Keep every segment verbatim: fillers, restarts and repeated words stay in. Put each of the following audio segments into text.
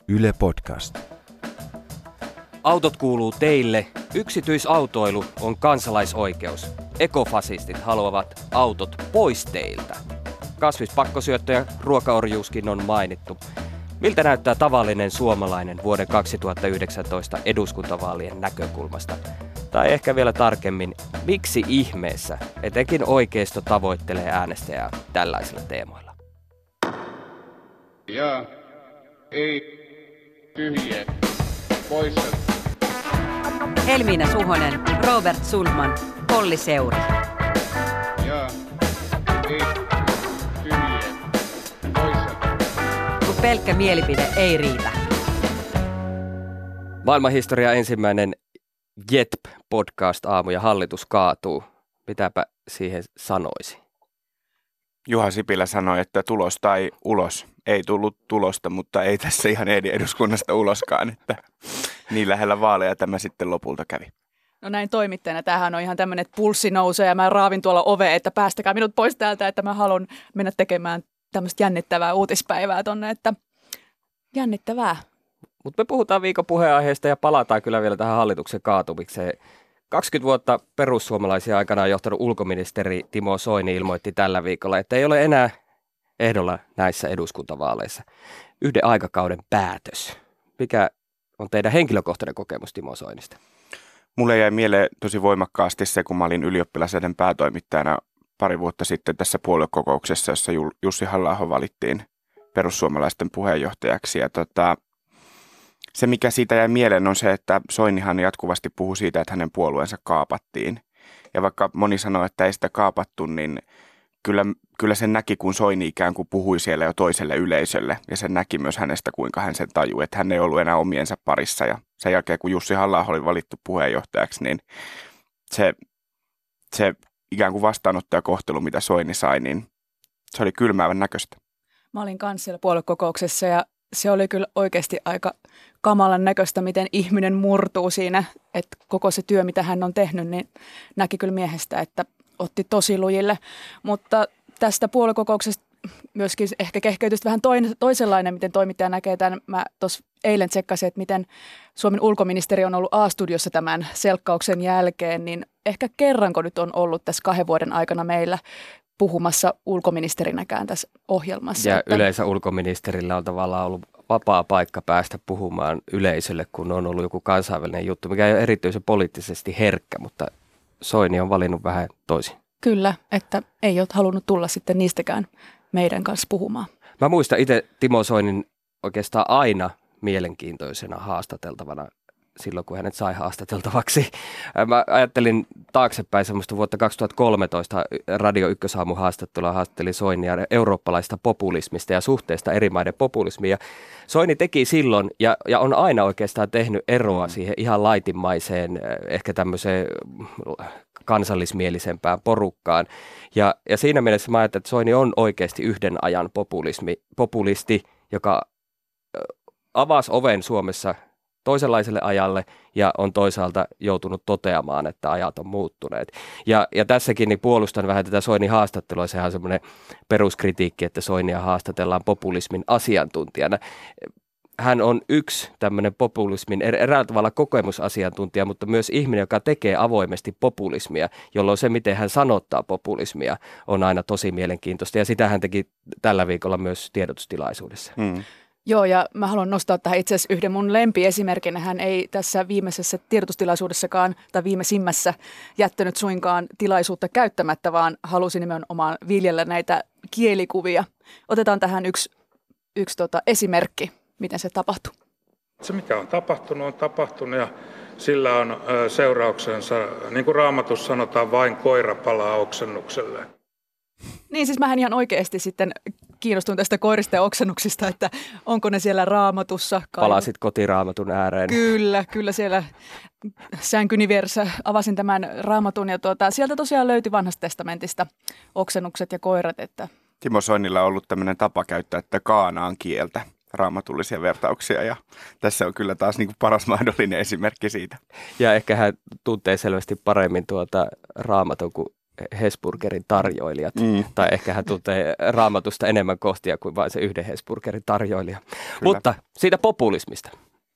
Yle Podcast. Autot kuuluu teille. Yksityisautoilu on kansalaisoikeus. Ekofasistit haluavat autot pois teiltä. Kasvispakkosyöttö ja ruokaorjuuskin on mainittu. Miltä näyttää tavallinen suomalainen vuoden kaksituhattayhdeksäntoista eduskuntavaalien näkökulmasta? Tai ehkä vielä tarkemmin, miksi ihmeessä etenkin oikeisto tavoittelee äänestäjää tällaisilla teemoilla? Ja ei tyhjä poissa. Helmiina Suhonen, Robert Sundman, Polli Seuri. Ja ei tyhjä poissa. Kun pelkkä mielipide ei riitä. Maailmanhistoria ensimmäinen J E T P-podcast aamu ja hallitus kaatuu. Mitäpä siihen sanoisi? Juha Sipilä sanoi, että tulos tai ulos. Ei tullut tulosta, mutta ei tässä ihan eduskunnasta uloskaan, että niin lähellä vaaleja tämä sitten lopulta kävi. No näin toimittajana. Tämähän on ihan tämmöinen, että pulssi nousee ja mä raavin tuolla ovea, että päästäkää minut pois täältä, että mä haluan mennä tekemään tämmöistä jännittävää uutispäivää tonne, että jännittävää. Mutta me puhutaan viikon puheenaiheesta ja palataan kyllä vielä tähän hallituksen kaatumikseen. kaksikymmentä vuotta perussuomalaisia aikanaan johtanut ulkoministeri Timo Soini ilmoitti tällä viikolla, että ei ole enää ehdolla näissä eduskuntavaaleissa. Yhden aikakauden päätös. Mikä on teidän henkilökohtainen kokemus Timo Soinista? Mulle jäi mieleen tosi voimakkaasti se, kun mä olin ylioppilaslehden päätoimittajana pari vuotta sitten tässä puoluekokouksessa, jossa Jussi Halla-aho valittiin perussuomalaisten puheenjohtajaksi. Ja tota, se, mikä siitä jäi mieleen, on se, että Soinihan jatkuvasti puhui siitä, että hänen puolueensa kaapattiin. Ja vaikka moni sanoi, että ei sitä kaapattu, niin kyllä, kyllä sen näki, kun Soini ikään kuin puhui siellä jo toiselle yleisölle. Ja sen näki myös hänestä, kuinka hän sen tajui, että hän ei ollut enää omiensa parissa. Ja sen jälkeen, kun Jussi Halla-aho oli valittu puheenjohtajaksi, niin se, se ikään kuin vastaanottajakohtelu, mitä Soini sai, niin se oli kylmäävän näköistä. Mä olin kanssa siellä puoluekokouksessa ja se oli kyllä oikeasti aika kamalan näköistä, miten ihminen murtuu siinä, että koko se työ, mitä hän on tehnyt, niin näki kyllä miehestä, että otti tosi lujille. Mutta tästä puoluekokouksesta myöskin ehkä kehkeytystä vähän toisenlainen, miten toimittaja näkee tämän. Mä tuossa eilen tsekkasin, että miten Suomen ulkoministeri on ollut A-studiossa tämän selkkauksen jälkeen, niin ehkä kerranko nyt on ollut tässä kahden vuoden aikana meillä puhumassa ulkoministerinäkään tässä ohjelmassa. Ja että yleensä ulkoministerillä on tavallaan ollut vapaa paikka päästä puhumaan yleisölle, kun on ollut joku kansainvälinen juttu, mikä ei ole erityisen poliittisesti herkkä, mutta Soini on valinnut vähän toisin. Kyllä, että ei ole halunnut tulla sitten niistäkään meidän kanssa puhumaan. Mä muistan itse Timo Soinin oikeastaan aina mielenkiintoisena haastateltavana silloin, kun hänet sai haastateltavaksi. Mä ajattelin taaksepäin semmoista vuotta kaksituhattakolmetoista Radio Ykkösaamun haastattelua, haastattelin Soinia eurooppalaista populismista ja suhteesta eri maiden populismiin. Ja Soini teki silloin ja, ja on aina oikeastaan tehnyt eroa siihen ihan laitimmaiseen, ehkä tämmöiseen kansallismielisempään porukkaan. Ja, ja siinä mielessä mä ajattelin, että Soini on oikeasti yhden ajan populismi, populisti, joka avasi oven Suomessa toisenlaiselle ajalle ja on toisaalta joutunut toteamaan, että ajat on muuttuneet. Ja, ja tässäkin niin puolustan vähän tätä Soinin haastattelua. Sehän on semmoinen peruskritiikki, että Soinia haastatellaan populismin asiantuntijana. Hän on yksi tämmöinen populismin eräällä tavalla kokemusasiantuntija, mutta myös ihminen, joka tekee avoimesti populismia, jolloin se, miten hän sanottaa populismia, on aina tosi mielenkiintoista. Ja sitä hän teki tällä viikolla myös tiedotustilaisuudessa. Hmm. Joo, ja mä haluan nostaa tähän itse asiassa yhden mun lempiesimerkin. Hän ei tässä viimeisessä tiedotustilaisuudessakaan tai viimeisimmässä jättänyt suinkaan tilaisuutta käyttämättä, vaan halusi nimenomaan viljellä näitä kielikuvia. Otetaan tähän yksi, yksi tota esimerkki, miten se tapahtuu. Se, mikä on tapahtunut, on tapahtunut ja sillä on ö, seurauksensa, niin kuin Raamatussa sanotaan, vain koira palaa oksennukselle. Niin siis mähän ihan oikeasti sitten kiinnostun tästä koirista ja oksennuksista, että onko ne siellä Raamatussa. Palasit kotiraamatun ääreen. Kyllä, kyllä siellä sänkyni vieressä avasin tämän Raamatun ja tuota, sieltä tosiaan löytyi Vanhasta testamentista oksennukset ja koirat. Että Timo Soinilla on ollut tämmöinen tapa käyttää, että kaanaan kieltä, raamatullisia vertauksia ja tässä on kyllä taas niin kuin paras mahdollinen esimerkki siitä. Ja ehkä hän tuntee selvästi paremmin tuota Raamatun kuin Hesburgerin tarjoilijat. Mm. Tai ehkä hän tuntee Raamatusta enemmän kohtia kuin vain se yhden Hesburgerin tarjoilija. Kyllä. Mutta siitä populismista.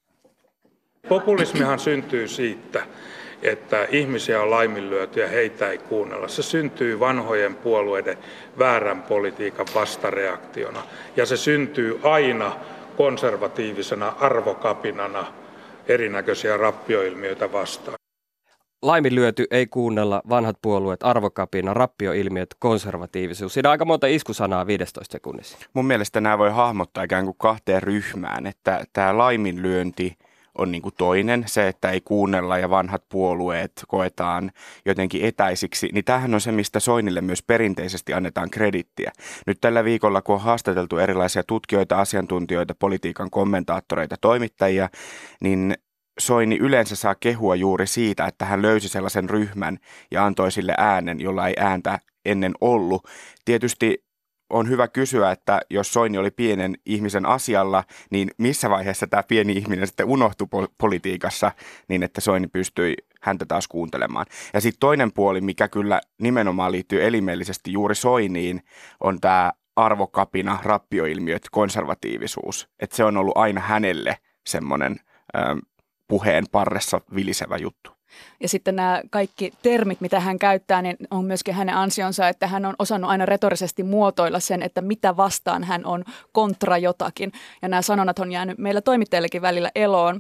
Populismihan syntyy siitä, että ihmisiä on laiminlyöty ja heitä ei kuunnella. Se syntyy vanhojen puolueiden väärän politiikan vastareaktiona. Ja se syntyy aina konservatiivisena arvokapinana erinäköisiä rappioilmiöitä vastaan. Laiminlyöty, ei kuunnella, vanhat puolueet, arvokapina, rappioilmiöt, konservatiivisuus. Siinä on aika monta iskusanaa viisitoista sekunnissa. Mun mielestä nämä voi hahmottaa ikään kuin kahteen ryhmään, että tämä laiminlyönti on niin kuin toinen, se, että ei kuunnella ja vanhat puolueet koetaan jotenkin etäisiksi, niin tämähän on se, mistä Soinille myös perinteisesti annetaan kredittiä. Nyt tällä viikolla, kun on haastateltu erilaisia tutkijoita, asiantuntijoita, politiikan kommentaattoreita, toimittajia, niin Soini yleensä saa kehua juuri siitä, että hän löysi sellaisen ryhmän ja antoi sille äänen, jolla ei ääntä ennen ollut. Tietysti on hyvä kysyä, että jos Soini oli pienen ihmisen asialla, niin missä vaiheessa tämä pieni ihminen sitten unohtui politiikassa niin, että Soini pystyi häntä taas kuuntelemaan. Ja sitten toinen puoli, mikä kyllä nimenomaan liittyy elimellisesti juuri Soiniin, on tämä arvokapina, rappioilmiöt, konservatiivisuus. Että se on ollut aina hänelle semmoinen ähm, puheen parressa vilisevä juttu. Ja sitten nämä kaikki termit, mitä hän käyttää, niin on myöskin hänen ansionsa, että hän on osannut aina retorisesti muotoilla sen, että mitä vastaan hän on kontra jotakin. Ja nämä sanonnat on jäänyt meillä toimittajillekin välillä eloon.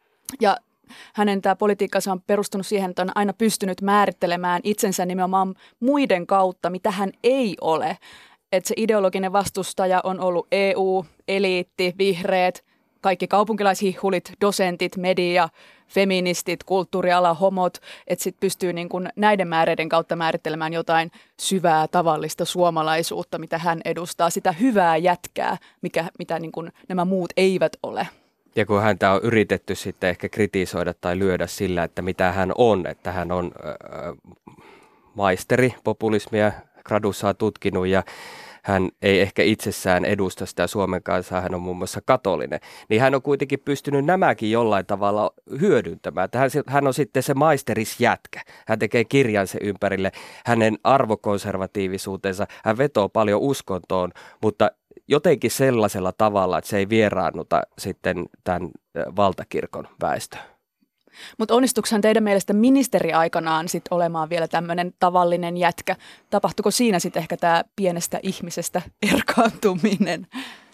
Ja hänen tämä politiikkansa on perustunut siihen, että on aina pystynyt määrittelemään itsensä nimenomaan muiden kautta, mitä hän ei ole. Että se ideologinen vastustaja on ollut E U, eliitti, vihreät, kaikki kaupunkilaishihulit, dosentit, media, feministit, kulttuuriala, homot, että sitten pystyy niin kun näiden määreiden kautta määrittelemään jotain syvää tavallista suomalaisuutta, mitä hän edustaa, sitä hyvää jätkää, mikä, mitä niin kun nämä muut eivät ole. Ja kun häntä on yritetty sitten ehkä kritisoida tai lyödä sillä, että mitä hän on, että hän on äh, maisteri populismia, gradussaan tutkinut ja hän ei ehkä itsessään edusta sitä Suomen kansaa, hän on muun muassa katolinen, niin hän on kuitenkin pystynyt nämäkin jollain tavalla hyödyntämään. Hän, hän on sitten se maisterisjätkä. Hän tekee kirjan sen ympärille, hänen arvokonservatiivisuutensa, hän vetoo paljon uskontoon, mutta jotenkin sellaisella tavalla, että se ei vieraannuta sitten tämän valtakirkon väestöön. Mutta onnistuikohan teidän mielestä ministeriaikanaan sit olemaan vielä tämmöinen tavallinen jätkä? Tapahtuiko siinä sitten ehkä tämä pienestä ihmisestä erkaantuminen?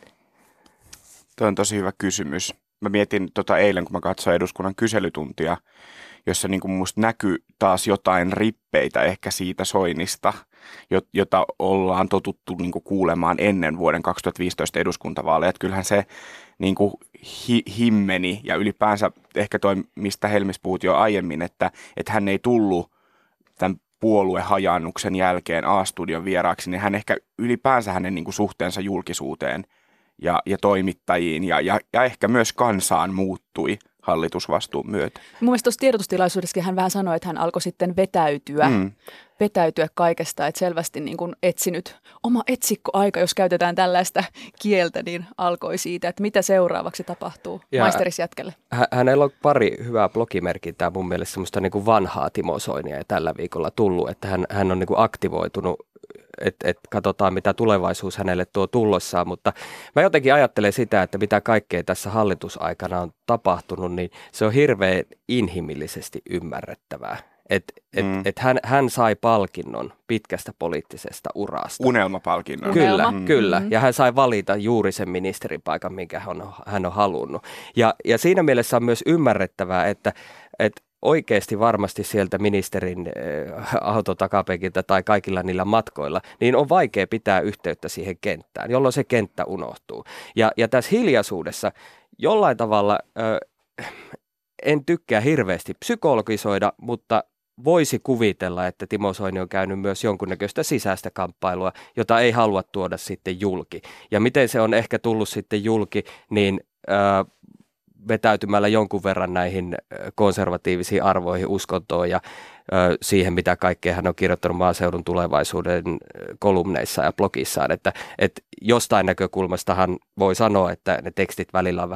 Tuo on tosi hyvä kysymys. Mä mietin tota eilen, kun mä katsoin eduskunnan kyselytuntia, jossa niin kuin musta näkyy taas jotain rippeitä ehkä siitä Soinista, jota ollaan totuttu niin kuin kuulemaan ennen vuoden kaksituhattaviisitoista eduskuntavaaleja. Että kyllähän se niin kuin hi, himmeni ja ylipäänsä ehkä toi, mistä Helmis puhut jo aiemmin, että, että hän ei tullut tämän puoluehajannuksen jälkeen A-studion vieraaksi, niin hän ehkä ylipäänsä hänen niin kuin suhteensa julkisuuteen ja, ja toimittajiin ja, ja, ja ehkä myös kansaan muuttui hallitusvastuun myötä. Mun mielestä tuossa tiedotustilaisuudessakin hän vähän sanoi, että hän alkoi sitten vetäytyä, mm. vetäytyä kaikesta, että selvästi niin kuin etsinyt oma etsikkoaika, jos käytetään tällaista kieltä, niin alkoi siitä, että mitä seuraavaksi tapahtuu ja maisterisjätkälle. Hä- hänellä on pari hyvää blogimerkintää mun mielestä semmoista niin kuin vanhaa Timo Soinia ja tällä viikolla tullut, että hän, hän on niin kuin aktivoitunut, että et katsotaan mitä tulevaisuus hänelle tuo tullossaan, mutta mä jotenkin ajattelen sitä, että mitä kaikkea tässä hallitusaikana on tapahtunut, niin se on hirveän inhimillisesti ymmärrettävää. Että et, mm. et hän, hän sai palkinnon pitkästä poliittisesta urasta. Unelmapalkinnon. Kyllä, Unelma. kyllä. Mm-hmm. Ja hän sai valita juuri sen ministeripaikan, minkä hän on, hän on halunnut. Ja, ja siinä mielessä on myös ymmärrettävää, että, että oikeasti varmasti sieltä ministerin äh, auton takapenkiltä tai kaikilla niillä matkoilla, niin on vaikea pitää yhteyttä siihen kenttään, jolloin se kenttä unohtuu. Ja, ja tässä hiljaisuudessa jollain tavalla äh, en tykkää hirveästi psykologisoida, mutta voisi kuvitella, että Timo Soini on käynyt myös jonkunnäköistä sisäistä kamppailua, jota ei halua tuoda sitten julki. Ja miten se on ehkä tullut sitten julki, niin äh, vetäytymällä jonkun verran näihin konservatiivisiin arvoihin, uskontoon ja ö, siihen, mitä kaikkea hän on kirjoittanut maaseudun tulevaisuuden kolumneissa ja blogissaan. Että et jostain näkökulmastahan voi sanoa, että ne tekstit välillä on vähän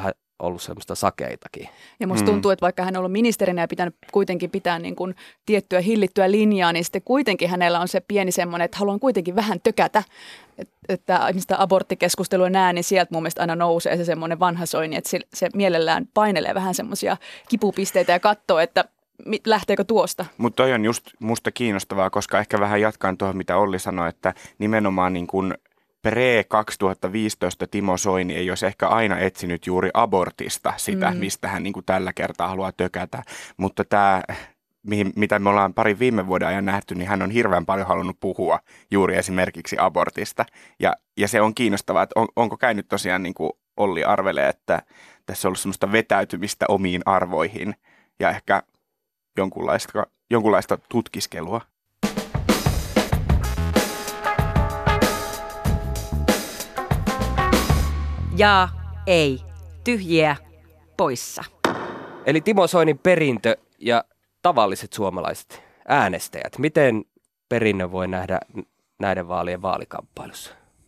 ollut semmoista sakeitakin. Ja musta Mm. tuntuu, että vaikka hän on ollut ministerinä ja pitänyt kuitenkin pitää niin kuin tiettyä hillittyä linjaa, niin sitten kuitenkin hänellä on se pieni semmoinen, että haluan kuitenkin vähän tökätä. Et- Että sitä aborttikeskustelua näen, niin sieltä mun mielestä aina nousee se semmoinen vanha Soini, että se, se mielellään painelee vähän semmoisia kipupisteitä ja katsoo, että mi- lähteekö tuosta. Mutta toi on just musta kiinnostavaa, koska ehkä vähän jatkan tuohon, mitä Olli sanoi, että nimenomaan niin kuin pre-kaksituhattaviisitoista Timo Soini ei olisi ehkä aina etsinyt juuri abortista sitä, mm. mistä hän niin kuin tällä kertaa haluaa tökätä. Mutta tämä, mihin, mitä me ollaan pari viime vuoden ajan nähty, niin hän on hirveän paljon halunnut puhua juuri esimerkiksi abortista. Ja, ja se on kiinnostavaa, että on, onko käynyt tosiaan niin kuin Olli arvelee, että tässä on ollut semmoista vetäytymistä omiin arvoihin ja ehkä jonkunlaista, jonkunlaista tutkiskelua. Ja ei. Tyhjiä poissa. Eli Timo Soinin perintö ja tavalliset suomalaiset äänestäjät. Miten perinnö voi nähdä näiden vaalien vaalikamppailussa?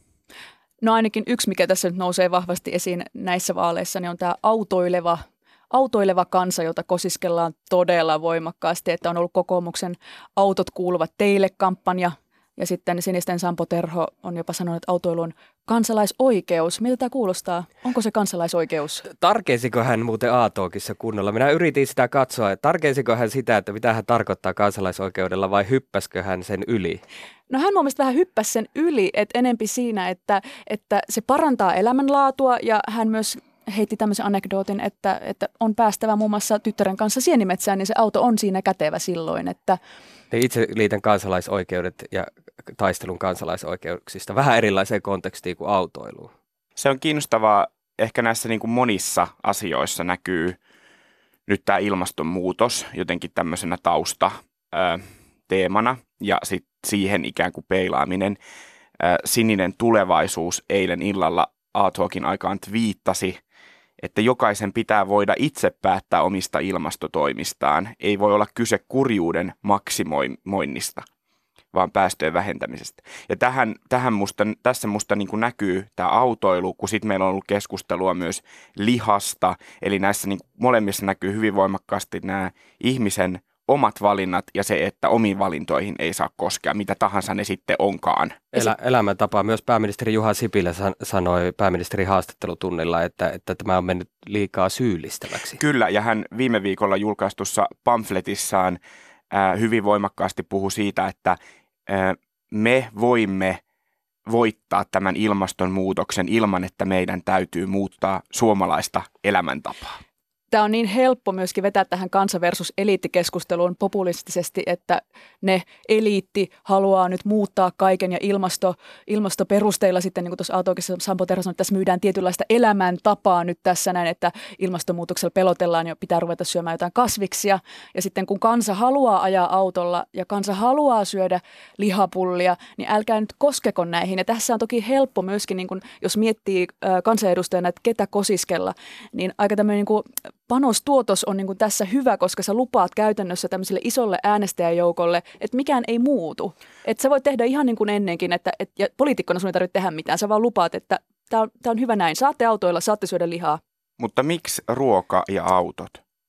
No ainakin yksi, mikä tässä nyt nousee vahvasti esiin näissä vaaleissa, niin on tämä autoileva, autoileva kansa, jota kosiskellaan todella voimakkaasti, että on ollut kokoomuksen Autot kuuluvat teille -kampanja. Ja sitten Sinisten Sampo Terho on jopa sanonut, että autoilu on kansalaisoikeus. Miltä tämä kuulostaa? Onko se kansalaisoikeus? Tarkeisiko hän muuten A-talkissa kunnolla? Minä yritin sitä katsoa, että tarkeisiko hän sitä, että mitä hän tarkoittaa kansalaisoikeudella vai hyppäskö hän sen yli? No hän mun mielestä vähän hyppäsi sen yli, että enempi siinä, että, että se parantaa elämänlaatua ja hän myös heitti tämmöisen anekdootin, että, että on päästävä muun muassa tyttären kanssa sienimetsään, niin se auto on siinä kätevä silloin, että Itse liitän kansalaisoikeudet ja taistelun kansalaisoikeuksista vähän erilaiseen kontekstiin kuin autoiluun. Se on kiinnostavaa. Ehkä näissä niin kuin monissa asioissa näkyy nyt tämä ilmastonmuutos jotenkin tämmöisenä tausta-teemana ja sitten siihen ikään kuin peilaaminen. Sininen tulevaisuus eilen illalla A-talkin aikaan twiittasi, että jokaisen pitää voida itse päättää omista ilmastotoimistaan. Ei voi olla kyse kurjuuden maksimoinnista, vaan päästöjen vähentämisestä. Ja tähän, tähän musta, tässä musta niin kuin näkyy tämä autoilu, kun sitten meillä on ollut keskustelua myös lihasta. Eli näissä niin kuin molemmissa näkyy hyvin voimakkaasti nämä ihmisen omat valinnat ja se, että omiin valintoihin ei saa koskea, mitä tahansa ne sitten onkaan. Elä, elämäntapa. Myös pääministeri Juha Sipilä san, sanoi pääministerin haastattelutunnilla, että, että tämä on mennyt liikaa syyllistäväksi. Kyllä, ja hän viime viikolla julkaistussa pamfletissaan ää, hyvin voimakkaasti puhui siitä, että ää, me voimme voittaa tämän ilmastonmuutoksen ilman, että meidän täytyy muuttaa suomalaista elämäntapaa. tämä on niin helppo myöskin vetää tähän kansa versus eliittikeskusteluun populistisesti, että ne eliitti haluaa nyt muuttaa kaiken ja ilmasto, ilmastoperusteilla sitten, niin kuin tuossa A-talkissa Sampo Terho sanoi, että tässä myydään tietynlaista elämäntapaa nyt tässä näin, että ilmastonmuutoksella pelotellaan ja pitää ruveta syömään jotain kasviksia. Ja sitten kun kansa haluaa ajaa autolla ja kansa haluaa syödä lihapullia, niin älkää nyt koskeko näihin. Ja tässä on toki helppo myöskin, niin kuin, jos miettii kansanedustajana, että ketä kosiskella, niin aika tämmöinen niin kuin panostuotos on niin kuin tässä hyvä, koska sä lupaat käytännössä tämmöiselle isolle äänestäjäjoukolle, että mikään ei muutu. Että sä voit tehdä ihan niin kuin ennenkin, että, et, ja poliitikkona sun ei tarvitse tehdä mitään. Sä vaan lupaat, että tämä on, tää on hyvä näin. Saatte autoilla, saatte syödä lihaa. Mutta miksi ruoka ja autot?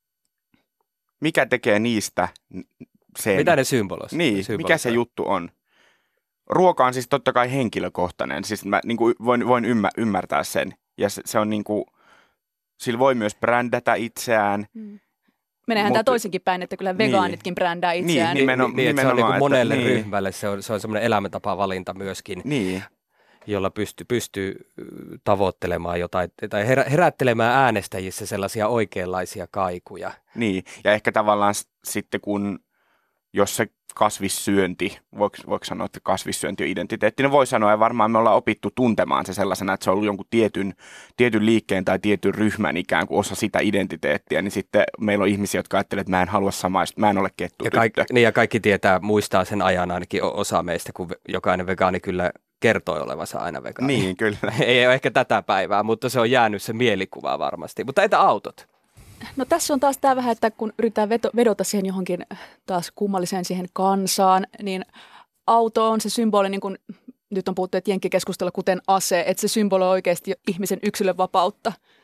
Mikä tekee niistä sen? Mitä ne symboloi? Niin, mikä se juttu on? Ruoka on siis totta kai henkilökohtainen. Siis mä niin kuin voin, voin ymmär, ymmärtää sen. Ja se, se on niin kuin, sillä voi myös brändätä itseään. Hmm. Menehän Mut, tämä toisinkin päin, että kyllä vegaanitkin niin, brändää itseään. Niin, nimenomaan, niin, että se on niin kuin monelle että, ryhmälle, se on, se on semmoinen elämäntapavalinta myöskin, niin, jolla pystyy, pystyy tavoittelemaan jotain tai herä, herättelemään äänestäjissä sellaisia oikeanlaisia kaikuja. Niin, ja ehkä tavallaan sitten kun, jos se kasvissyönti, voiko, voiko sanoa, että kasvissyönti on identiteetti, niin voi sanoa, ja varmaan me ollaan opittu tuntemaan se sellaisena, että se on ollut jonkun tietyn, tietyn liikkeen tai tietyn ryhmän ikään kuin osa sitä identiteettiä, niin sitten meillä on ihmisiä, jotka ajattelevat, että mä en halua samaista, mä en ole kettutyttö. Ja kaikki, niin ja kaikki tietää, muistaa sen ajan ainakin osa meistä, kun jokainen vegaani kyllä kertoi olevansa aina vegaani. Niin, kyllä. Ei ole ehkä tätä päivää, mutta se on jäänyt se mielikuva varmasti. Mutta entä autot? No tässä on taas tämä vähän, että kun yritetään veto, vedota siihen johonkin taas kummalliseen siihen kansaan, niin auto on se symboli, niin kuin nyt on puhuttu, että jenkkikeskustella kuten ase, että se symboloi oikeasti ihmisen yksilön vapautta.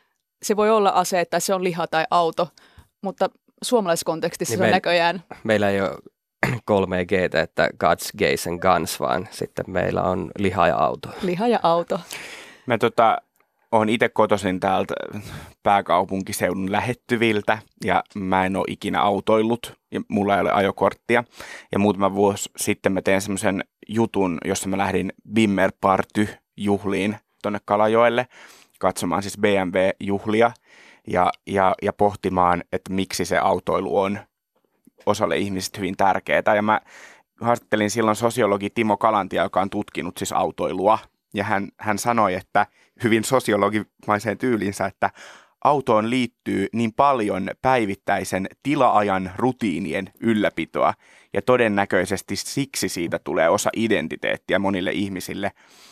se voi olla ase tai se on liha tai auto, mutta suomalaisessa kontekstissa Niin se on me- näköjään. Meillä ei ole kolme G:tä, että gods, gays and guns, vaan sitten meillä on liha ja auto. Liha ja auto. Mä tota, oon itse kotoisin täältä pääkaupunkiseudun lähettyviltä ja mä en ole ikinä autoillut ja mulla ei ole ajokorttia. Ja muutama vuosi sitten mä tein semmoisen jutun, jossa mä lähdin Bimmer Party-juhliin tonne Kalajoelle katsomaan siis B M W-juhlia ja, ja, ja pohtimaan, että miksi se autoilu on osalle ihmisistä hyvin tärkeää. Ja mä haastattelin silloin sosiologi Timo Kalantia, joka on tutkinut siis autoilua. Ja hän, hän sanoi, että hyvin sosiologimaiseen tyyliinsä, että autoon liittyy niin paljon päivittäisen tila-ajan rutiinien ylläpitoa. Ja todennäköisesti siksi siitä tulee osa identiteettiä monille ihmisille.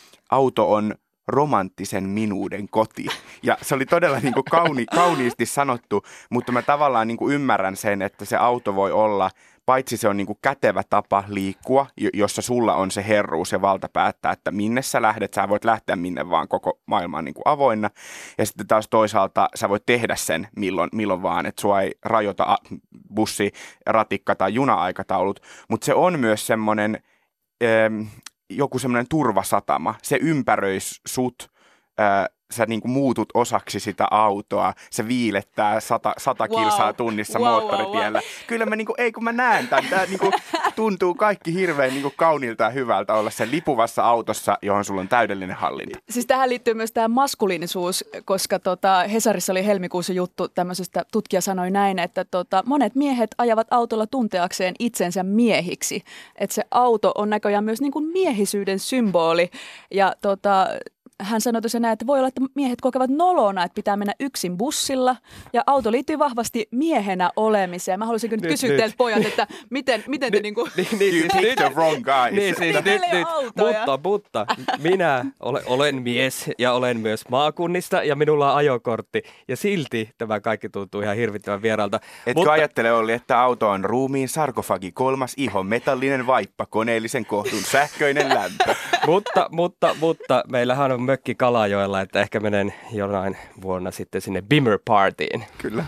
Auto on romanttisen minuuden koti. Ja se oli todella niin kuin kauni, kauniisti sanottu, mutta mä tavallaan niin kuin ymmärrän sen, että se auto voi olla, paitsi se on niin kuin kätevä tapa liikkua, jossa sulla on se herruus ja valta päättää, että minne sä lähdet, sä voit lähteä minne vaan, koko maailma on niin kuin avoinna. Ja sitten taas toisaalta sä voit tehdä sen milloin, milloin vaan, että sua ei rajoita bussi, ratikka tai juna-aikataulut, mutta se on myös semmoinen Ähm, joku semmoinen turvasatama, se ympäröis sut, ää, sä niinku muutut osaksi sitä autoa, se viilettää sata, sata Wow. kilsaa tunnissa Wow, wow, moottoritiellä. wow. Kyllä mä niinku, ei kun mä näen tämän, tää niinku tuntuu kaikki hirveän niinku kauniilta ja hyvältä olla sen lipuvassa autossa, johon sulla on täydellinen hallinta. Siis tähän liittyy myös tämä maskuliinisuus, koska tota, Hesarissa oli helmikuussa juttu tämmöisestä, tutkija sanoi näin, että tota, monet miehet ajavat autolla tunteakseen itsensä miehiksi. Että se auto on näköjään myös niin kuin miehisyyden symboli ja tota, hän sanoi tosiaan näin, että voi olla, että miehet kokevat nolona, että pitää mennä yksin bussilla. Ja auto liittyy vahvasti miehenä olemiseen. Mä haluaisin nyt Nyt, kysyä nyt. teiltä pojat, että miten, miten te Ni- niinku... niin, niin, You siis picked nyt- the wrong guys. Niin siis nyt, Meillä ei nyt, ole autoja. mutta, mutta minä olen, olen mies ja olen myös maakunnista ja minulla on ajokortti ja silti tämä kaikki tuntuu ihan hirvittävän vieraalta. Etkö Mutta, ajattele, Olli, että auto on ruumiin sarkofagi, kolmas iho, metallinen vaippa, koneellisen kohdun, sähköinen lämpö. mutta, mutta, mutta meillähän on mökki Kalajoella, että ehkä menen jonain vuonna sitten sinne Bimmer Partyin. Kyllä.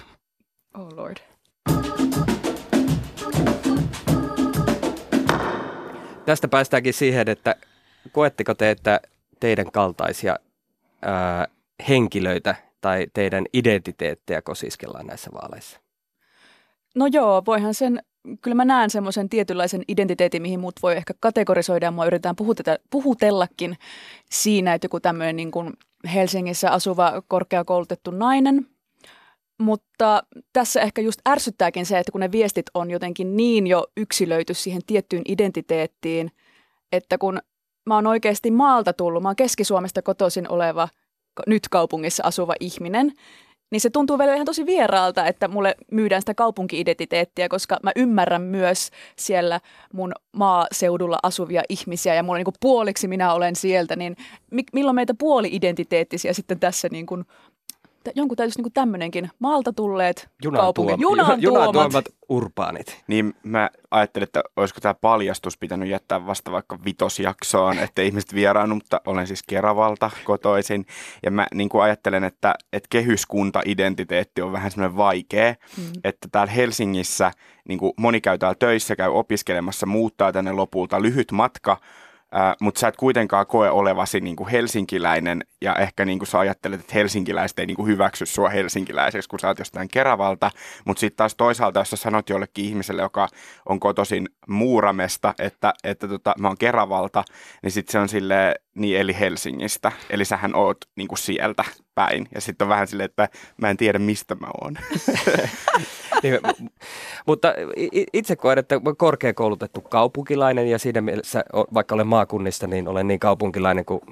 Oh lord. Tästä päästäänkin siihen, että koetteko te, että teidän kaltaisia ää, henkilöitä tai teidän identiteettejä kosiskellaan näissä vaaleissa? No joo, voihan sen, kyllä mä näen semmoisen tietynlaisen identiteetin, mihin muut voi ehkä kategorisoida ja mua yritetään puhuteta, puhutellakin siinä, että joku tämmöinen niin kuin Helsingissä asuva korkeakoulutettu nainen. Mutta tässä ehkä just ärsyttääkin se, että kun ne viestit on jotenkin niin jo yksilöity siihen tiettyyn identiteettiin, että kun mä oon oikeasti maalta tullut, mä oon Keski-Suomesta kotoisin oleva, nyt kaupungissa asuva ihminen, niin se tuntuu välillä ihan tosi vieraalta, että mulle myydään sitä kaupunki-identiteettiä, koska mä ymmärrän myös siellä mun maaseudulla asuvia ihmisiä ja mulla niin kuin puoliksi minä olen sieltä, niin mi- milloin meitä puoli-identiteettisiä sitten tässä niin kuin, t- jonkun täytyisi niin kuin tämmöinenkin maalta tulleet kaupungin, junaan junaan tuomat. tuomat urbaanit. Niin mä ajattelin, että olisiko tämä paljastus pitänyt jättää vasta vaikka vitosjaksoon, että ihmiset vieraannut, mutta olen siis Keravalta kotoisin. Ja mä niin kuin ajattelen, että, että kehyskunta-identiteetti on vähän semmoinen vaikea, mm. että täällä Helsingissä niin kuin moni käy täällä töissä, käy opiskelemassa, muuttaa tänne lopulta lyhyt matka, Äh, mutta sä et kuitenkaan koe olevasi niin kuin helsinkiläinen ja ehkä niin kuin sä ajattelet, että helsinkiläiset ei niin kuin hyväksy sua helsinkiläiseksi, kun sä oot jostain Keravalta. Mutta sitten taas toisaalta, jos sä sanot jollekin ihmiselle, joka on kotoisin Muuramesta, että, että tota, mä oon Keravalta, niin sitten se on silleen, niin eli Helsingistä. Eli sähän oot niin kuin sieltä päin. Ja sitten on vähän silleen, että mä en tiedä mistä mä oon. Niin, m- mutta i- itse koen, että mä oon korkeakoulutettu kaupunkilainen ja siinä mielessä, o- vaikka olen maakunnista, niin olen niin kaupunkilainen kuin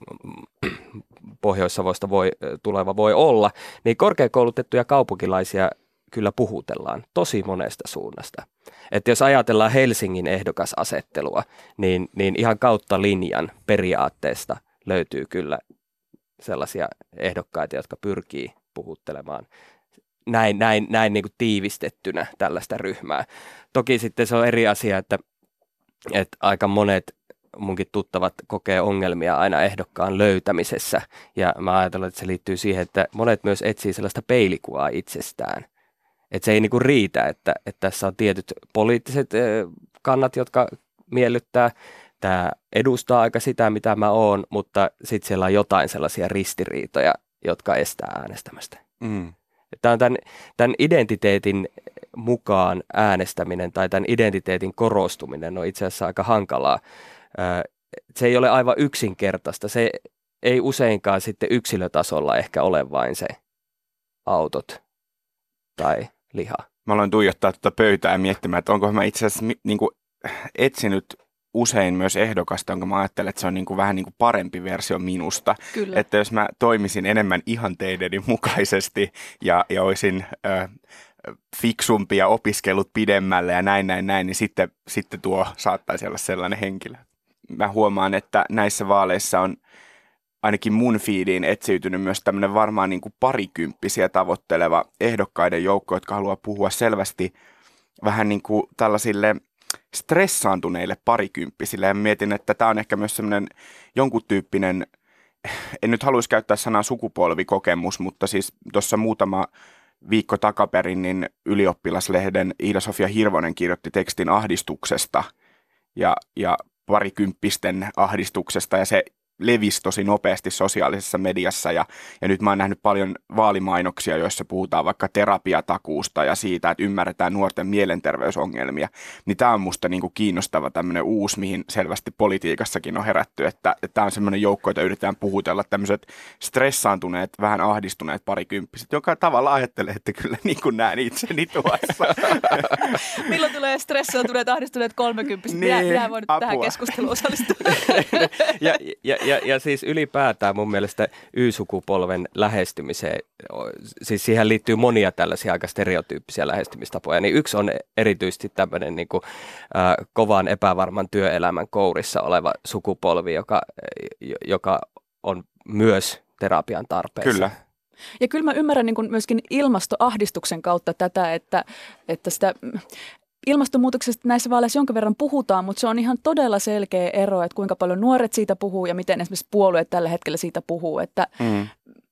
Pohjois-Savosta voi, tuleva voi olla. Niin korkeakoulutettuja kaupunkilaisia kyllä puhutellaan tosi monesta suunnasta. Että jos ajatellaan Helsingin ehdokasasettelua, niin, niin ihan kautta linjan periaatteesta löytyy kyllä sellaisia ehdokkaita, jotka pyrkii puhuttelemaan näin, näin, näin niin kuin tiivistettynä tällaista ryhmää. Toki sitten se on eri asia, että, että aika monet munkin tuttavat kokee ongelmia aina ehdokkaan löytämisessä. Ja mä ajattelen, että se liittyy siihen, että monet myös etsii sellaista peilikuvaa itsestään. Että se ei niinku riitä, että, että tässä on tietyt poliittiset kannat, jotka miellyttää. Tämä edustaa aika sitä, mitä mä oon, mutta sitten siellä on jotain sellaisia ristiriitoja, jotka estää äänestämästä. Mm. Tämä on tämän, tämän identiteetin mukaan äänestäminen tai tämän identiteetin korostuminen on itse asiassa aika hankalaa. Se ei ole aivan yksinkertaista. Se ei useinkaan sitten yksilötasolla ehkä ole vain se autot tai liha. Mä aloin tuijottaa tuota pöytää ja miettimään, että onko mä itse asiassa niin kuin etsinyt usein myös ehdokasta, jonka mä ajattelen, että se on niin kuin vähän niin kuin parempi versio minusta. Kyllä. Että jos mä toimisin enemmän ihanteideni mukaisesti ja, ja olisin ö, fiksumpi ja opiskellut pidemmälle ja näin, näin, näin, niin sitten, sitten tuo saattaisi olla sellainen henkilö. Mä huomaan, että näissä vaaleissa on ainakin mun feediin etsiytynyt myös tämmöinen varmaan niin kuin parikymppisiä tavoitteleva ehdokkaiden joukko, jotka haluaa puhua selvästi vähän niin kuin tällaisille stressaantuneille parikymppisille. Ja mietin, että tämä on ehkä myös semmoinen jonkun tyyppinen, en nyt haluaisi käyttää sanaa sukupolvikokemus, mutta siis tuossa muutama viikko takaperin niin ylioppilaslehden Iida-Sofia Hirvonen kirjoitti tekstin ahdistuksesta ja, ja parikymppisten ahdistuksesta ja se levisi tosi nopeasti sosiaalisessa mediassa ja, ja nyt mä oon nähnyt paljon vaalimainoksia, joissa puhutaan vaikka terapiatakuusta ja siitä, että ymmärretään nuorten mielenterveysongelmia. Niin tää on musta niinku kiinnostava tämmöinen uusi, mihin selvästi politiikassakin on herätty, että tää on semmoinen joukko, jota yritetään puhutella tämmöiset stressaantuneet, vähän ahdistuneet parikymppiset, joka tavalla ajattelee, että kyllä niin kuin näen itseni tuossa. Milloin tulee stressaantuneet, ahdistuneet kolmekymppiset? Niin, minä, minä voin nyt apua. tähän keskusteluun osallistua. ja, ja, ja, ja siis ylipäätään mun mielestä Y-sukupolven lähestymiseen, siis siihen liittyy monia tällaisia aika stereotyyppisiä lähestymistapoja, niin yksi on erityisesti tämmöinen niin kuin, äh, kovan epävarman työelämän kourissa oleva sukupolvi, joka, joka on myös terapian tarpeessa. Kyllä. Ja kyllä mä ymmärrän niin kuin myöskin ilmastoahdistuksen kautta tätä, että, että sitä ilmastonmuutoksesta näissä vaaleissa jonkin verran puhutaan, mutta se on ihan todella selkeä ero, että kuinka paljon nuoret siitä puhuu ja miten esimerkiksi puolueet tällä hetkellä siitä puhuu. Että mm.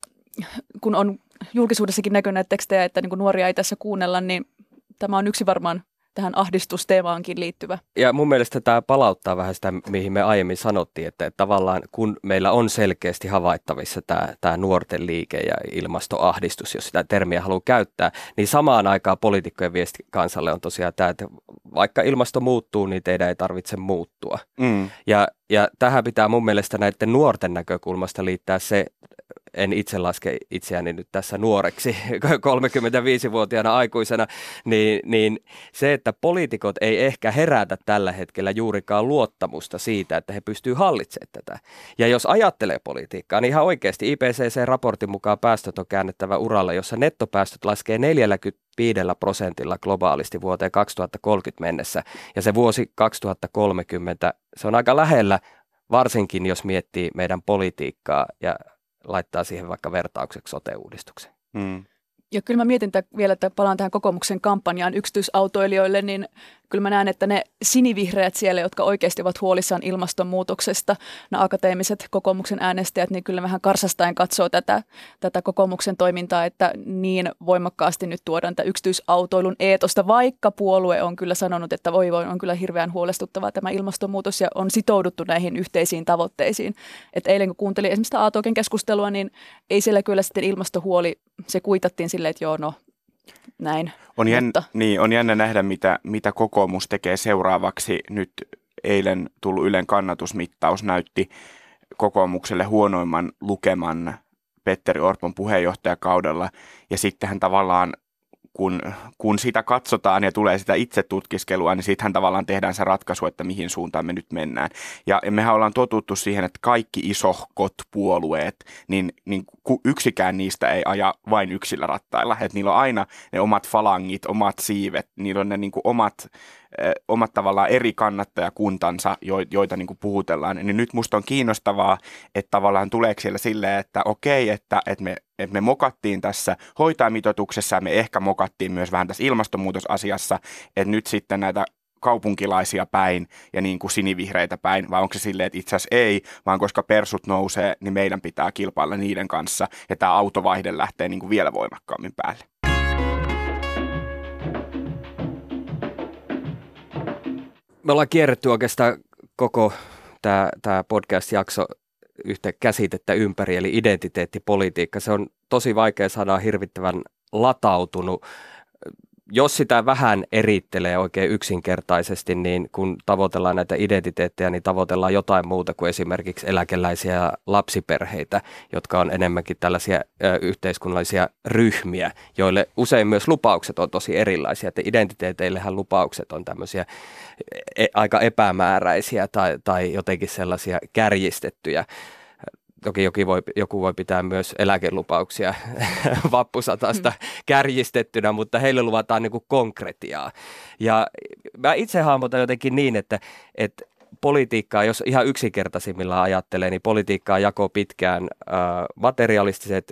kun on julkisuudessakin näkynyt näitä tekstejä, että niin kuin nuoria ei tässä kuunnella, niin tämä on yksi varmaan tähän ahdistusteemaankin liittyvä. Ja mun mielestä tämä palauttaa vähän sitä, mihin me aiemmin sanottiin, että, että tavallaan kun meillä on selkeästi havaittavissa tämä, tämä nuorten liike ja ilmastoahdistus, jos sitä termiä haluaa käyttää, niin samaan aikaan poliitikkojen viesti kansalle on tosiaan tämä, että vaikka ilmasto muuttuu, niin teidän ei tarvitse muuttua. Mm. Ja, ja tähän pitää mun mielestä näiden nuorten näkökulmasta liittää se, en itse laske itseäni nyt tässä nuoreksi kolmekymmentäviisivuotiaana aikuisena, niin, niin se, että poliitikot ei ehkä herätä tällä hetkellä juurikaan luottamusta siitä, että he pystyvät hallitsemaan tätä. Ja jos ajattelee politiikkaa, niin ihan oikeasti I P C C-raportin mukaan päästöt on käännettävä uralle, jossa nettopäästöt laskee neljäkymmentäviisi prosentilla globaalisti vuoteen kaksituhattakolmekymmentä mennessä. Ja se vuosi kaksituhattakolmekymmentä, se on aika lähellä, varsinkin jos miettii meidän politiikkaa ja laittaa siihen vaikka vertaukseksi sote-uudistuksen. Mm. Ja kyllä mä mietin että vielä, että palaan tähän kokoomuksen kampanjaan yksityisautoilijoille, niin kyllä mä näen, että ne sinivihreät siellä, jotka oikeasti ovat huolissaan ilmastonmuutoksesta, nämä akateemiset kokoomuksen äänestäjät, niin kyllä vähän karsastaen katsoo tätä, tätä kokoomuksen toimintaa, että niin voimakkaasti nyt tuodaan tätä yksityisautoilun eetosta, vaikka puolue on kyllä sanonut, että voi voi, on kyllä hirveän huolestuttavaa tämä ilmastonmuutos ja on sitouduttu näihin yhteisiin tavoitteisiin. Että eilen kun kuuntelin esimerkiksi A T O K:n keskustelua, niin ei siellä kyllä sitten ilmastohuoli, se kuitattiin silleen, että joo no, näin. On, jän, niin, on jännä nähdä, mitä, mitä kokoomus tekee seuraavaksi. Nyt eilen tullut Ylen kannatusmittaus näytti kokoomukselle huonoimman lukeman Petteri Orpon puheenjohtajakaudella. Ja sittenhän tavallaan, kun, kun sitä katsotaan ja tulee sitä itse tutkiskelua, niin sittenhän tavallaan tehdään se ratkaisu, että mihin suuntaan me nyt mennään. Ja, ja mehän ollaan totuttu siihen, että kaikki isohkot puolueet, niin, niin yksikään niistä ei aja vain yksillä rattailla. Että niillä on aina ne omat falangit, omat siivet, niillä on ne niin kuin omat, eh, omat tavallaan eri kannattajakuntansa, joita niin kuin puhutellaan. Niin nyt musta on kiinnostavaa, että tavallaan tuleeko siellä silleen, että okei, että, että me että me mokattiin tässä hoitajamitoituksessa ja me ehkä mokattiin myös vähän tässä ilmastonmuutosasiassa, että nyt sitten näitä kaupunkilaisia päin ja niin kuin sinivihreitä päin, vai onko se silleen, että itse asiassa ei, vaan koska persut nousee, niin meidän pitää kilpailla niiden kanssa, ja tämä autovaihde lähtee niin kuin vielä voimakkaammin päälle. Me ollaan kierretty oikeastaan koko tämä, tämä podcast-jakso yhtä käsitettä ympäri, eli identiteettipolitiikka. Se on tosi vaikea saada hirvittävän latautunut. Jos sitä vähän erittelee oikein yksinkertaisesti, niin kun tavoitellaan näitä identiteettejä, niin tavoitellaan jotain muuta kuin esimerkiksi eläkeläisiä ja lapsiperheitä, jotka on enemmänkin tällaisia ö, yhteiskunnallisia ryhmiä, joille usein myös lupaukset on tosi erilaisia. Että identiteeteillehän lupaukset on tämmöisiä e- aika epämääräisiä tai, tai jotenkin sellaisia kärjistettyjä. Toki joku voi, joku voi pitää myös eläkelupauksia vappusatasta kärjistettynä, mutta heille luvataan niin kuin konkretiaa. Ja mä itse hahmotan jotenkin niin, että, että politiikkaa, jos ihan yksinkertaisimmillaan ajattelee, niin politiikkaa jakoi pitkään äh, materialistiset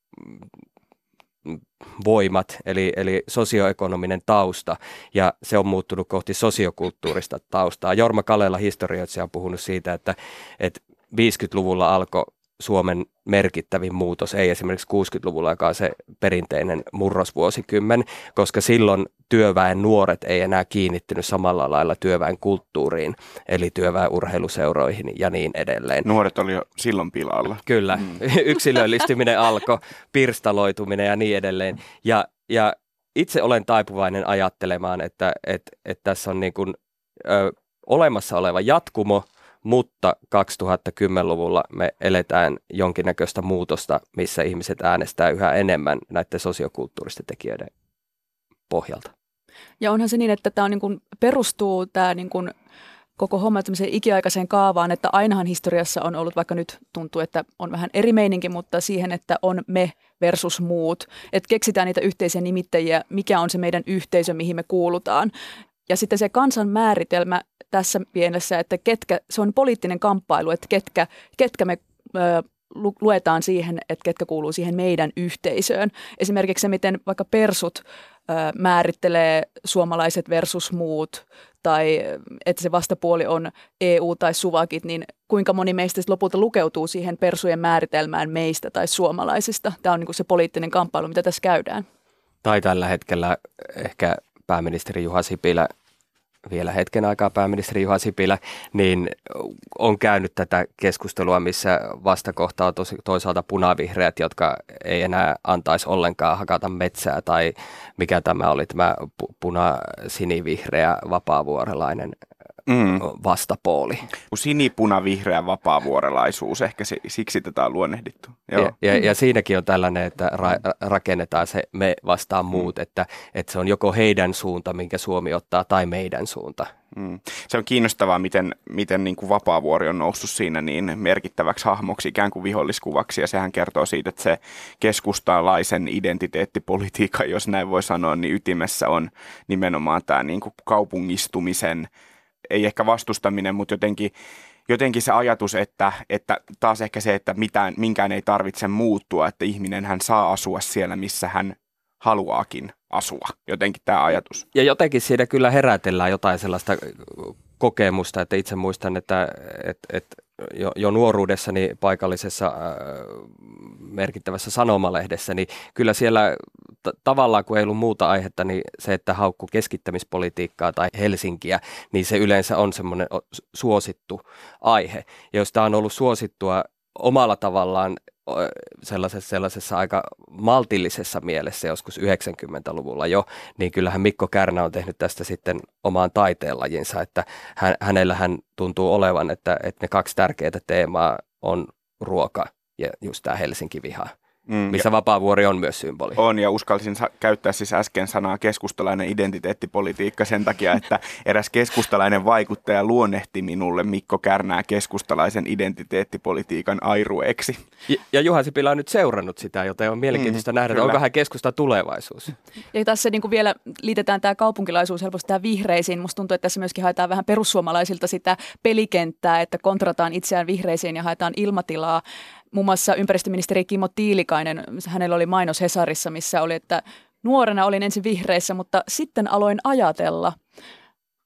voimat, eli, eli sosioekonominen tausta, ja se on muuttunut kohti sosiokulttuurista taustaa. Jorma Kalela, historioitsija, on puhunut siitä, että, että viisikymmentäluvulla alkoi Suomen merkittävin muutos, ei esimerkiksi kuusikymmentäluvulla, joka on se perinteinen murrosvuosikymmen, koska silloin työväen nuoret ei enää kiinnittynyt samalla lailla työväen kulttuuriin, eli työväen urheiluseuroihin ja niin edelleen. Nuoret oli jo silloin pilalla. Kyllä, mm. yksilöllistyminen alkoi, pirstaloituminen ja niin edelleen. Ja, ja itse olen taipuvainen ajattelemaan, että, että, että tässä on niin kuin, ö, olemassa oleva jatkumo, mutta kaksituhattakymmenluvulla me eletään jonkinnäköistä muutosta, missä ihmiset äänestää yhä enemmän näiden sosiokulttuuristen tekijöiden pohjalta. Ja onhan se niin, että tämä on niin kuin, perustuu tämä niin kuin koko homma tämmöiseen ikiaikaiseen kaavaan, että ainahan historiassa on ollut, vaikka nyt tuntuu, että on vähän eri meininki, mutta siihen, että on me versus muut. Että keksitään niitä yhteisiä nimittäjiä, mikä on se meidän yhteisö, mihin me kuulutaan. Ja sitten se kansan määritelmä tässä mielessä, että ketkä, se on poliittinen kamppailu, että ketkä, ketkä me ö, luetaan siihen, että ketkä kuuluu siihen meidän yhteisöön. Esimerkiksi se, miten vaikka persut ö, määrittelee suomalaiset versus muut, tai että se vastapuoli on E U tai suvakit, niin kuinka moni meistä lopulta lukeutuu siihen persujen määritelmään meistä tai suomalaisista. Tämä on niin kuin se poliittinen kamppailu, mitä tässä käydään. Tai tällä hetkellä ehkä pääministeri Juha Sipilä, vielä hetken aikaa pääministeri Juha Sipilä, niin on käynyt tätä keskustelua, missä vastakohta on tosi, toisaalta punavihreät, jotka ei enää antaisi ollenkaan hakata metsää, tai mikä tämä oli, tämä puna-sinivihreä vapaavuorelainen mm. vastapooli. Sinipuna-vihreä vapaavuorelaisuus, ehkä se, siksi tätä on luonnehdittu. Joo. Ja, ja, ja siinäkin on tällainen, että ra- rakennetaan se me vastaan muut, mm. että, että se on joko heidän suunta, minkä Suomi ottaa, tai meidän suunta. Mm. Se on kiinnostavaa, miten, miten niin kuin Vapaavuori on noussut siinä niin merkittäväksi hahmoksi, ikään kuin viholliskuvaksi, ja sehän kertoo siitä, että se keskustalaisen identiteettipolitiikan, jos näin voi sanoa, niin ytimessä on nimenomaan tämä niin kuin kaupungistumisen, ei ehkä vastustaminen, mutta jotenkin, jotenkin se ajatus, että, että taas ehkä se, että mitään, minkään ei tarvitse muuttua, että ihminen hän saa asua siellä, missä hän haluaakin asua. Jotenkin tämä ajatus. Ja jotenkin siinä kyllä herätellään jotain sellaista kokemusta, että itse muistan, että, että, että jo, jo nuoruudessani paikallisessa äh, merkittävässä sanomalehdessä, niin kyllä siellä t- tavallaan, kun ei ollut muuta aihetta, niin se, että haukku keskittämispolitiikkaa tai Helsinkiä, niin se yleensä on semmoinen suosittu aihe. Ja jos tämä on ollut suosittua omalla tavallaan sellaisessa, sellaisessa aika maltillisessa mielessä joskus yhdeksänkymmentäluvulla jo, niin kyllähän Mikko Kärnä on tehnyt tästä sitten omaan taiteenlajinsa, että hän, hänellähän tuntuu olevan, että, että ne kaksi tärkeää teemaa on ruoka ja just tämä Helsinki-viha. Mm, missä Vapaavuori on myös symboli. On, ja uskalsin sa- käyttää siis äsken sanaa keskustalainen identiteettipolitiikka sen takia, että eräs keskustalainen vaikuttaja luonnehti minulle Mikko Kärnää keskustalaisen identiteettipolitiikan airueeksi. Ja, ja Juha Sipilä on nyt seurannut sitä, joten on mielenkiintoista mm, nähdä, että onko hän keskustan tulevaisuus. Ja tässä niin kuin vielä liitetään tämä kaupunkilaisuus helposti tämä vihreisiin. Musta tuntuu, että tässä myöskin haetaan vähän perussuomalaisilta sitä pelikenttää, että kontrataan itseään vihreisiin ja haetaan ilmatilaa. Muun muassa ympäristöministeri Kimmo Tiilikainen, hänellä oli mainos Hesarissa, missä oli, että nuorena olin ensin vihreissä, mutta sitten aloin ajatella.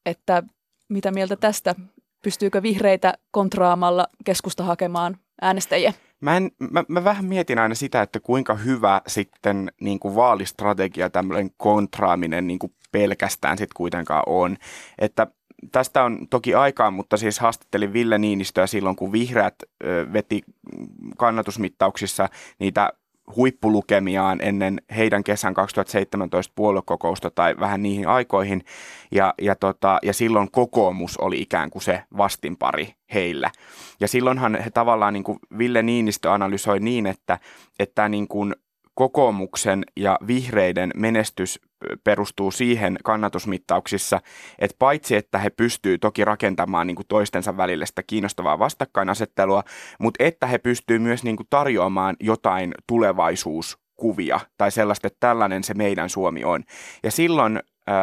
että mitä mieltä tästä? Pystyykö vihreitä kontraamalla keskusta hakemaan äänestäjiä? Mä, en, mä, mä vähän mietin aina sitä, että kuinka hyvä sitten niin kuin vaalistrategia, tämmöinen kontraaminen niin kuin pelkästään sitten kuitenkaan on. Että tästä on toki aikaa, mutta siis haastattelin Ville Niinistöä silloin, kun vihreät ö, veti kannatusmittauksissa niitä huippulukemiaan ennen heidän kesän kaksituhattaseitsemäntoista puoluekokousta tai vähän niihin aikoihin. Ja, ja, tota, ja silloin kokoomus oli ikään kuin se vastinpari heillä. Ja silloinhan he tavallaan, niin kuin Ville Niinistö analysoi niin, että, että niin kuin kokoomuksen ja vihreiden menestys perustuu siihen kannatusmittauksissa, että paitsi että he pystyvät toki rakentamaan niin kuin toistensa välille sitä kiinnostavaa vastakkainasettelua, mutta että he pystyvät myös niin kuin tarjoamaan jotain tulevaisuuskuvia tai sellaista, että tällainen se meidän Suomi on. Ja silloin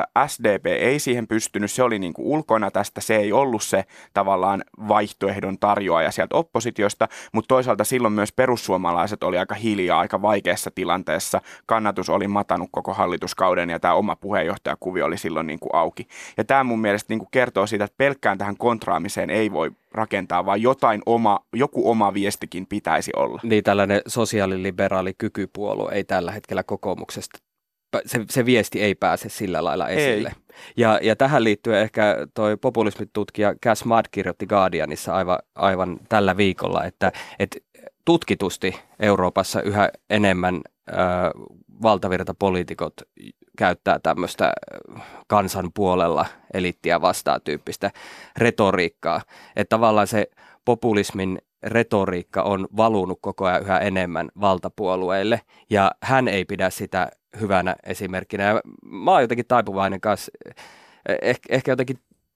S D P ei siihen pystynyt, se oli niin kuin ulkona tästä, se ei ollut se tavallaan vaihtoehdon tarjoaja sieltä oppositiosta, mutta toisaalta silloin myös perussuomalaiset oli aika hiljaa, aika vaikeassa tilanteessa, kannatus oli matannut koko hallituskauden ja tämä oma puheenjohtajakuvio oli silloin niin kuin auki. Ja tämä mun mielestä niin kuin kertoo siitä, että pelkkään tähän kontraamiseen ei voi rakentaa, vaan jotain oma, joku oma viestikin pitäisi olla. Niin tällainen sosiaaliliberaali kykypuolue ei tällä hetkellä kokoomuksesta. Se, se viesti ei pääse sillä lailla esille. Ja, ja tähän liittyen ehkä toi populismitutkija Cass Mudd kirjoitti Guardianissa aivan, aivan tällä viikolla, että, että tutkitusti Euroopassa yhä enemmän ö, valtavirtapoliitikot käyttää tämmöistä kansan puolella eliittiä vastaan tyyppistä retoriikkaa. Että tavallaan se populismin retoriikka on valunut koko ajan yhä enemmän valtapuolueille ja hän ei pidä sitä hyvänä esimerkkinä. Ja mä oon jotenkin taipuvainen kanssa, ehkä, ehkä jotenkin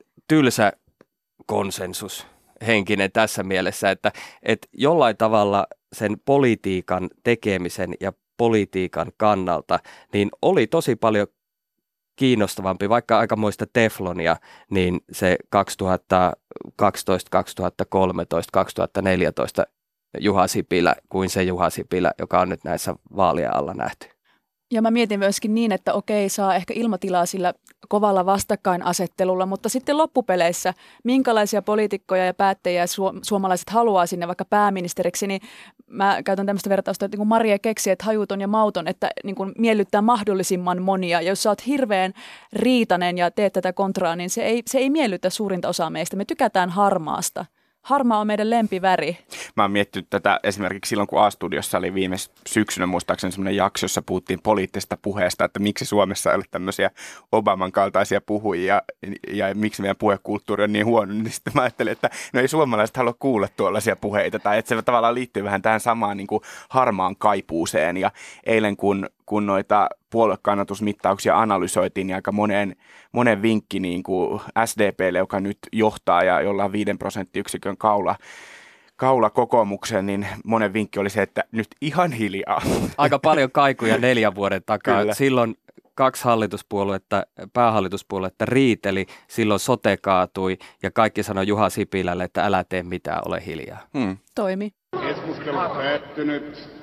tylsä konsensus henkinen tässä mielessä, että, että jollain tavalla sen politiikan tekemisen ja politiikan kannalta niin oli tosi paljon kiinnostavampi, vaikka aikamoista teflonia, niin se kaksituhattakaksitoista, kaksituhattakolmetoista, kaksituhattaneljätoista Juha Sipilä kuin se Juha Sipilä, joka on nyt näissä vaalien alla nähty. Ja mä mietin myöskin niin, että okei, saa ehkä ilmatilaa sillä kovalla vastakkainasettelulla, mutta sitten loppupeleissä, minkälaisia poliitikkoja ja päättäjiä su- suomalaiset haluaa sinne vaikka pääministeriksi, niin mä käytän tämmöistä vertausta, että niin kuin Marie keksi, että hajuton ja mauton, että niin kuin miellyttää mahdollisimman monia. Ja jos sä oot hirveän riitainen ja teet tätä kontraa, niin se ei, se ei miellytä suurinta osaa meistä. Me tykätään harmaasta. Harmaa on meidän lempiväri. Mä oon miettinyt tätä esimerkiksi silloin, kun A-studiossa oli viime syksynä muistaakseni semmoinen jakso, jossa puhuttiin poliittisesta puheesta, että miksi Suomessa ei ole tämmöisiä Obaman kaltaisia puhujia ja, ja miksi meidän puhekulttuuri on niin huono. Niin sitten mä ajattelin, että no ei suomalaiset halua kuulla tuollaisia puheita tai että se tavallaan liittyy vähän tähän samaan niin kuin harmaan kaipuuseen. Ja eilen kun kun noita puoluekannatusmittauksia analysoitiin, niin aika monen, monen vinkki niin kuin S D P:lle, joka nyt johtaa ja jolla on viiden prosenttiyksikön kaula, kaula kokoomukseen, niin monen vinkki oli se, että nyt ihan hiljaa. Aika paljon kaikuja neljän vuoden takaa. Kyllä. Silloin kaksi hallituspuoluetta, päähallituspuoluetta riiteli, silloin sote kaatui ja kaikki sanoi Juha Sipilälle, että älä tee mitään, ole hiljaa. Hmm. Toimi. Keskustelu päättynyt.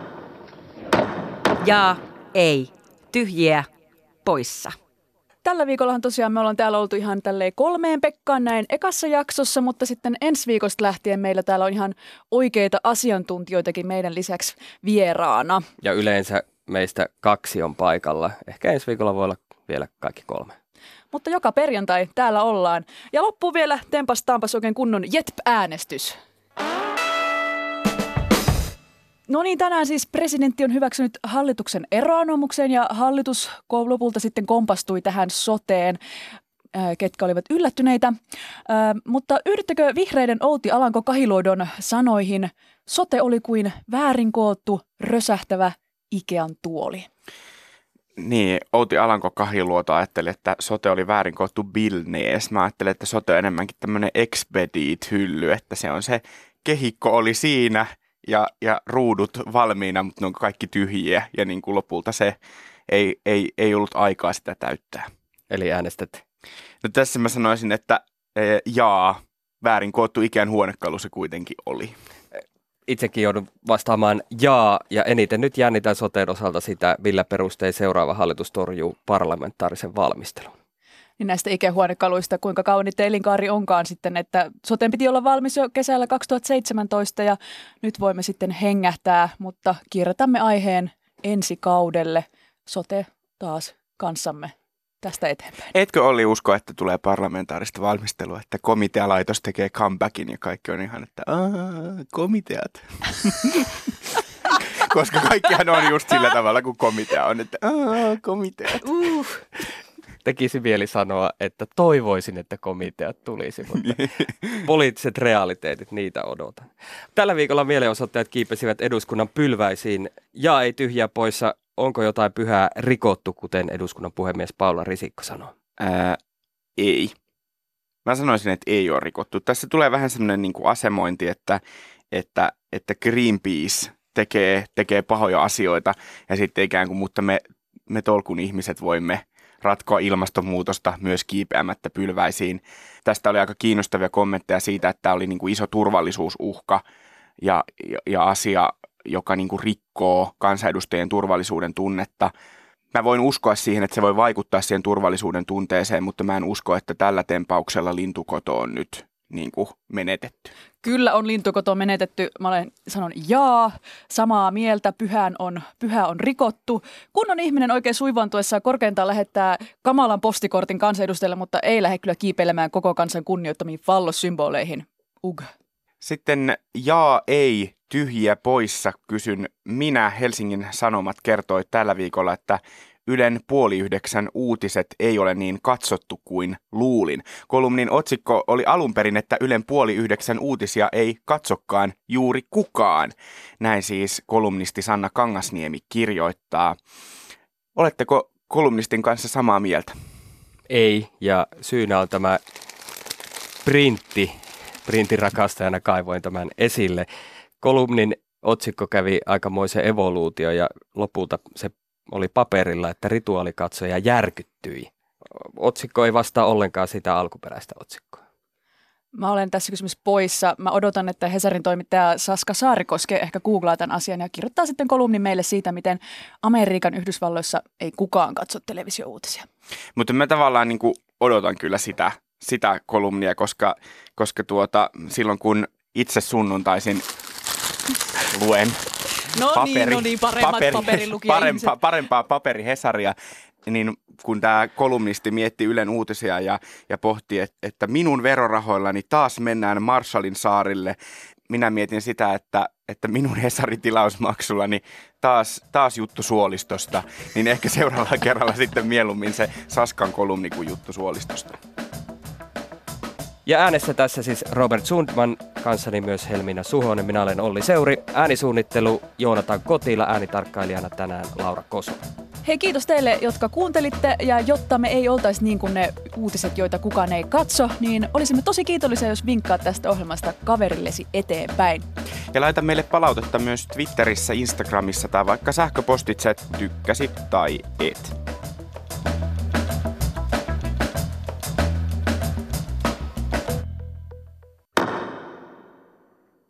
Jaa, ei, tyhjiä, poissa. Tällä viikollahan tosiaan me ollaan täällä oltu ihan tälleen kolmeen Pekkaan näin ekassa jaksossa, mutta sitten ensi viikosta lähtien meillä täällä on ihan oikeita asiantuntijoitakin meidän lisäksi vieraana. Ja yleensä meistä kaksi on paikalla. Ehkä ensi viikolla voi olla vielä kaikki kolme. Mutta joka perjantai täällä ollaan. Ja loppuun vielä tempas taampas oikein kunnon J E T P-äänestys. No niin, tänään siis presidentti on hyväksynyt hallituksen eroanomuksen ja hallitus lopulta sitten kompastui tähän soteen, ketkä olivat yllättyneitä. Mutta yhdyttekö vihreiden Outi Alanko-Kahiluodon sanoihin, sote oli kuin väärin koottu, rösähtävä Ikean tuoli? Niin, Outi Alanko-Kahiluoto ajatteli, että sote oli väärin koottu Billnees. Mä ajattelin, että sote on enemmänkin tämmöinen Expedit-hylly, että se on se kehikko oli siinä ja, ja ruudut valmiina, mutta ne on kaikki tyhjiä ja niin kuin lopulta se ei, ei, ei ollut aikaa sitä täyttää. Eli äänestätte? No tässä mä sanoisin, että e, jaa, väärin koottu Ikean huonekalu se kuitenkin oli. Itsekin joudun vastaamaan jaa, ja eniten nyt jännitän soteen osalta sitä, millä perustein seuraava hallitus torjuu parlamentaarisen valmistelun. niin näistä ikähuonekaluista, kuinka kauniita elinkaari onkaan sitten, että soten piti olla valmis jo kesällä kaksituhattaseitsemäntoista ja nyt voimme sitten hengähtää, mutta kierrätämme aiheen ensi kaudelle. Sote taas kanssamme tästä eteenpäin. Etkö Olli usko, että tulee parlamentaarista valmistelua, että komitealaitos tekee comebackin ja kaikki on ihan, että aah, komiteat. Koska kaikkihan on just sillä tavalla, kuin komitea on, että aah, komiteat. Uh. Tekisi mieli sanoa, että toivoisin, että komiteat tulisi, mutta poliittiset realiteetit, niitä odotan. Tällä viikolla mielenosoittajat kiipesivät eduskunnan pylväisiin ja ei tyhjää poissa. Onko jotain pyhää rikottu, kuten eduskunnan puhemies Paula Risikko sanoo? Ää, ei. Mä sanoisin, että ei ole rikottu. Tässä tulee vähän semmoinen niin kuin asemointi, että, että, että Greenpeace tekee, tekee pahoja asioita ja sitten ikään kuin, mutta me, me tolkun ihmiset voimme ratkoa ilmastonmuutosta myös kiipeämättä pylväisiin. Tästä oli aika kiinnostavia kommentteja siitä, että tämä oli niin kuin iso turvallisuusuhka ja, ja, ja asia, joka niin kuin rikkoo kansanedustajien turvallisuuden tunnetta. Mä voin uskoa siihen, että se voi vaikuttaa siihen turvallisuuden tunteeseen, mutta mä en usko, että tällä tempauksella lintukoto on nyt niin kuin menetetty. Kyllä on lintukoto menetetty. Mä olen sanon jaa, samaa mieltä, pyhän on, pyhä on rikottu. Kun on ihminen oikein suivaantuessaan korkeintaan lähettää kamalan postikortin kansanedustajille, mutta ei lähde kyllä kiipeilemään koko kansan kunnioittamiin fallossymboleihin. Ug. Sitten jaa, ei, tyhjiä poissa kysyn minä. Helsingin Sanomat kertoi tällä viikolla, että Ylen puoli yhdeksän uutiset ei ole niin katsottu kuin luulin. Kolumnin otsikko oli alun perin, että Ylen puoli yhdeksän uutisia ei katsokaan juuri kukaan. Näin siis kolumnisti Sanna Kangasniemi kirjoittaa. Oletteko kolumnistin kanssa samaa mieltä? Ei, ja syynä on tämä printti. Printin rakastajana kaivoin tämän esille. Kolumnin otsikko kävi aikamoisen evoluutio ja lopulta se oli paperilla, että rituaalikatsoja järkyttyi. Otsikko ei vastaa ollenkaan sitä alkuperäistä otsikkoa. Mä olen tässä kysymys poissa. Mä odotan, että Hesarin toimittaja Saska Saarikoski ehkä googlaa tämän asian ja kirjoittaa sitten kolumnin meille siitä, miten Amerikan Yhdysvalloissa ei kukaan katso televisiouutisia. Mutta mä tavallaan niin kuin odotan kyllä sitä, sitä kolumnia, koska, koska tuota, silloin kun itse sunnuntaisin luen No paperi, niin, no niin, paremmat paperi, paperilukija parempaa, parempaa paperihesaria, niin kun tämä kolumnisti mietti Ylen uutisia ja, ja pohti, että, että minun verorahoillani taas mennään Marshallin saarille, minä mietin sitä, että, että minun Hesari-tilausmaksullani taas, taas juttu suolistosta, niin ehkä seuraavalla kerralla sitten mieluummin se Saskan kolumni kuin juttu suolistosta. Ja äänessä tässä siis Robert Sundman, kanssani myös Helmiina Suhonen. Minä olen Olli Seuri. Äänisuunnittelu Joonatan Kotila, äänitarkkailijana tänään Laura Kosonen. Hei, kiitos teille, jotka kuuntelitte, ja jotta me ei oltaisi niin kuin ne uutiset, joita kukaan ei katso, niin olisimme tosi kiitollisia, jos vinkkaat tästä ohjelmasta kaverillesi eteenpäin. Ja laita meille palautetta myös Twitterissä, Instagramissa tai vaikka sähköpostitse, tykkäsit tai et.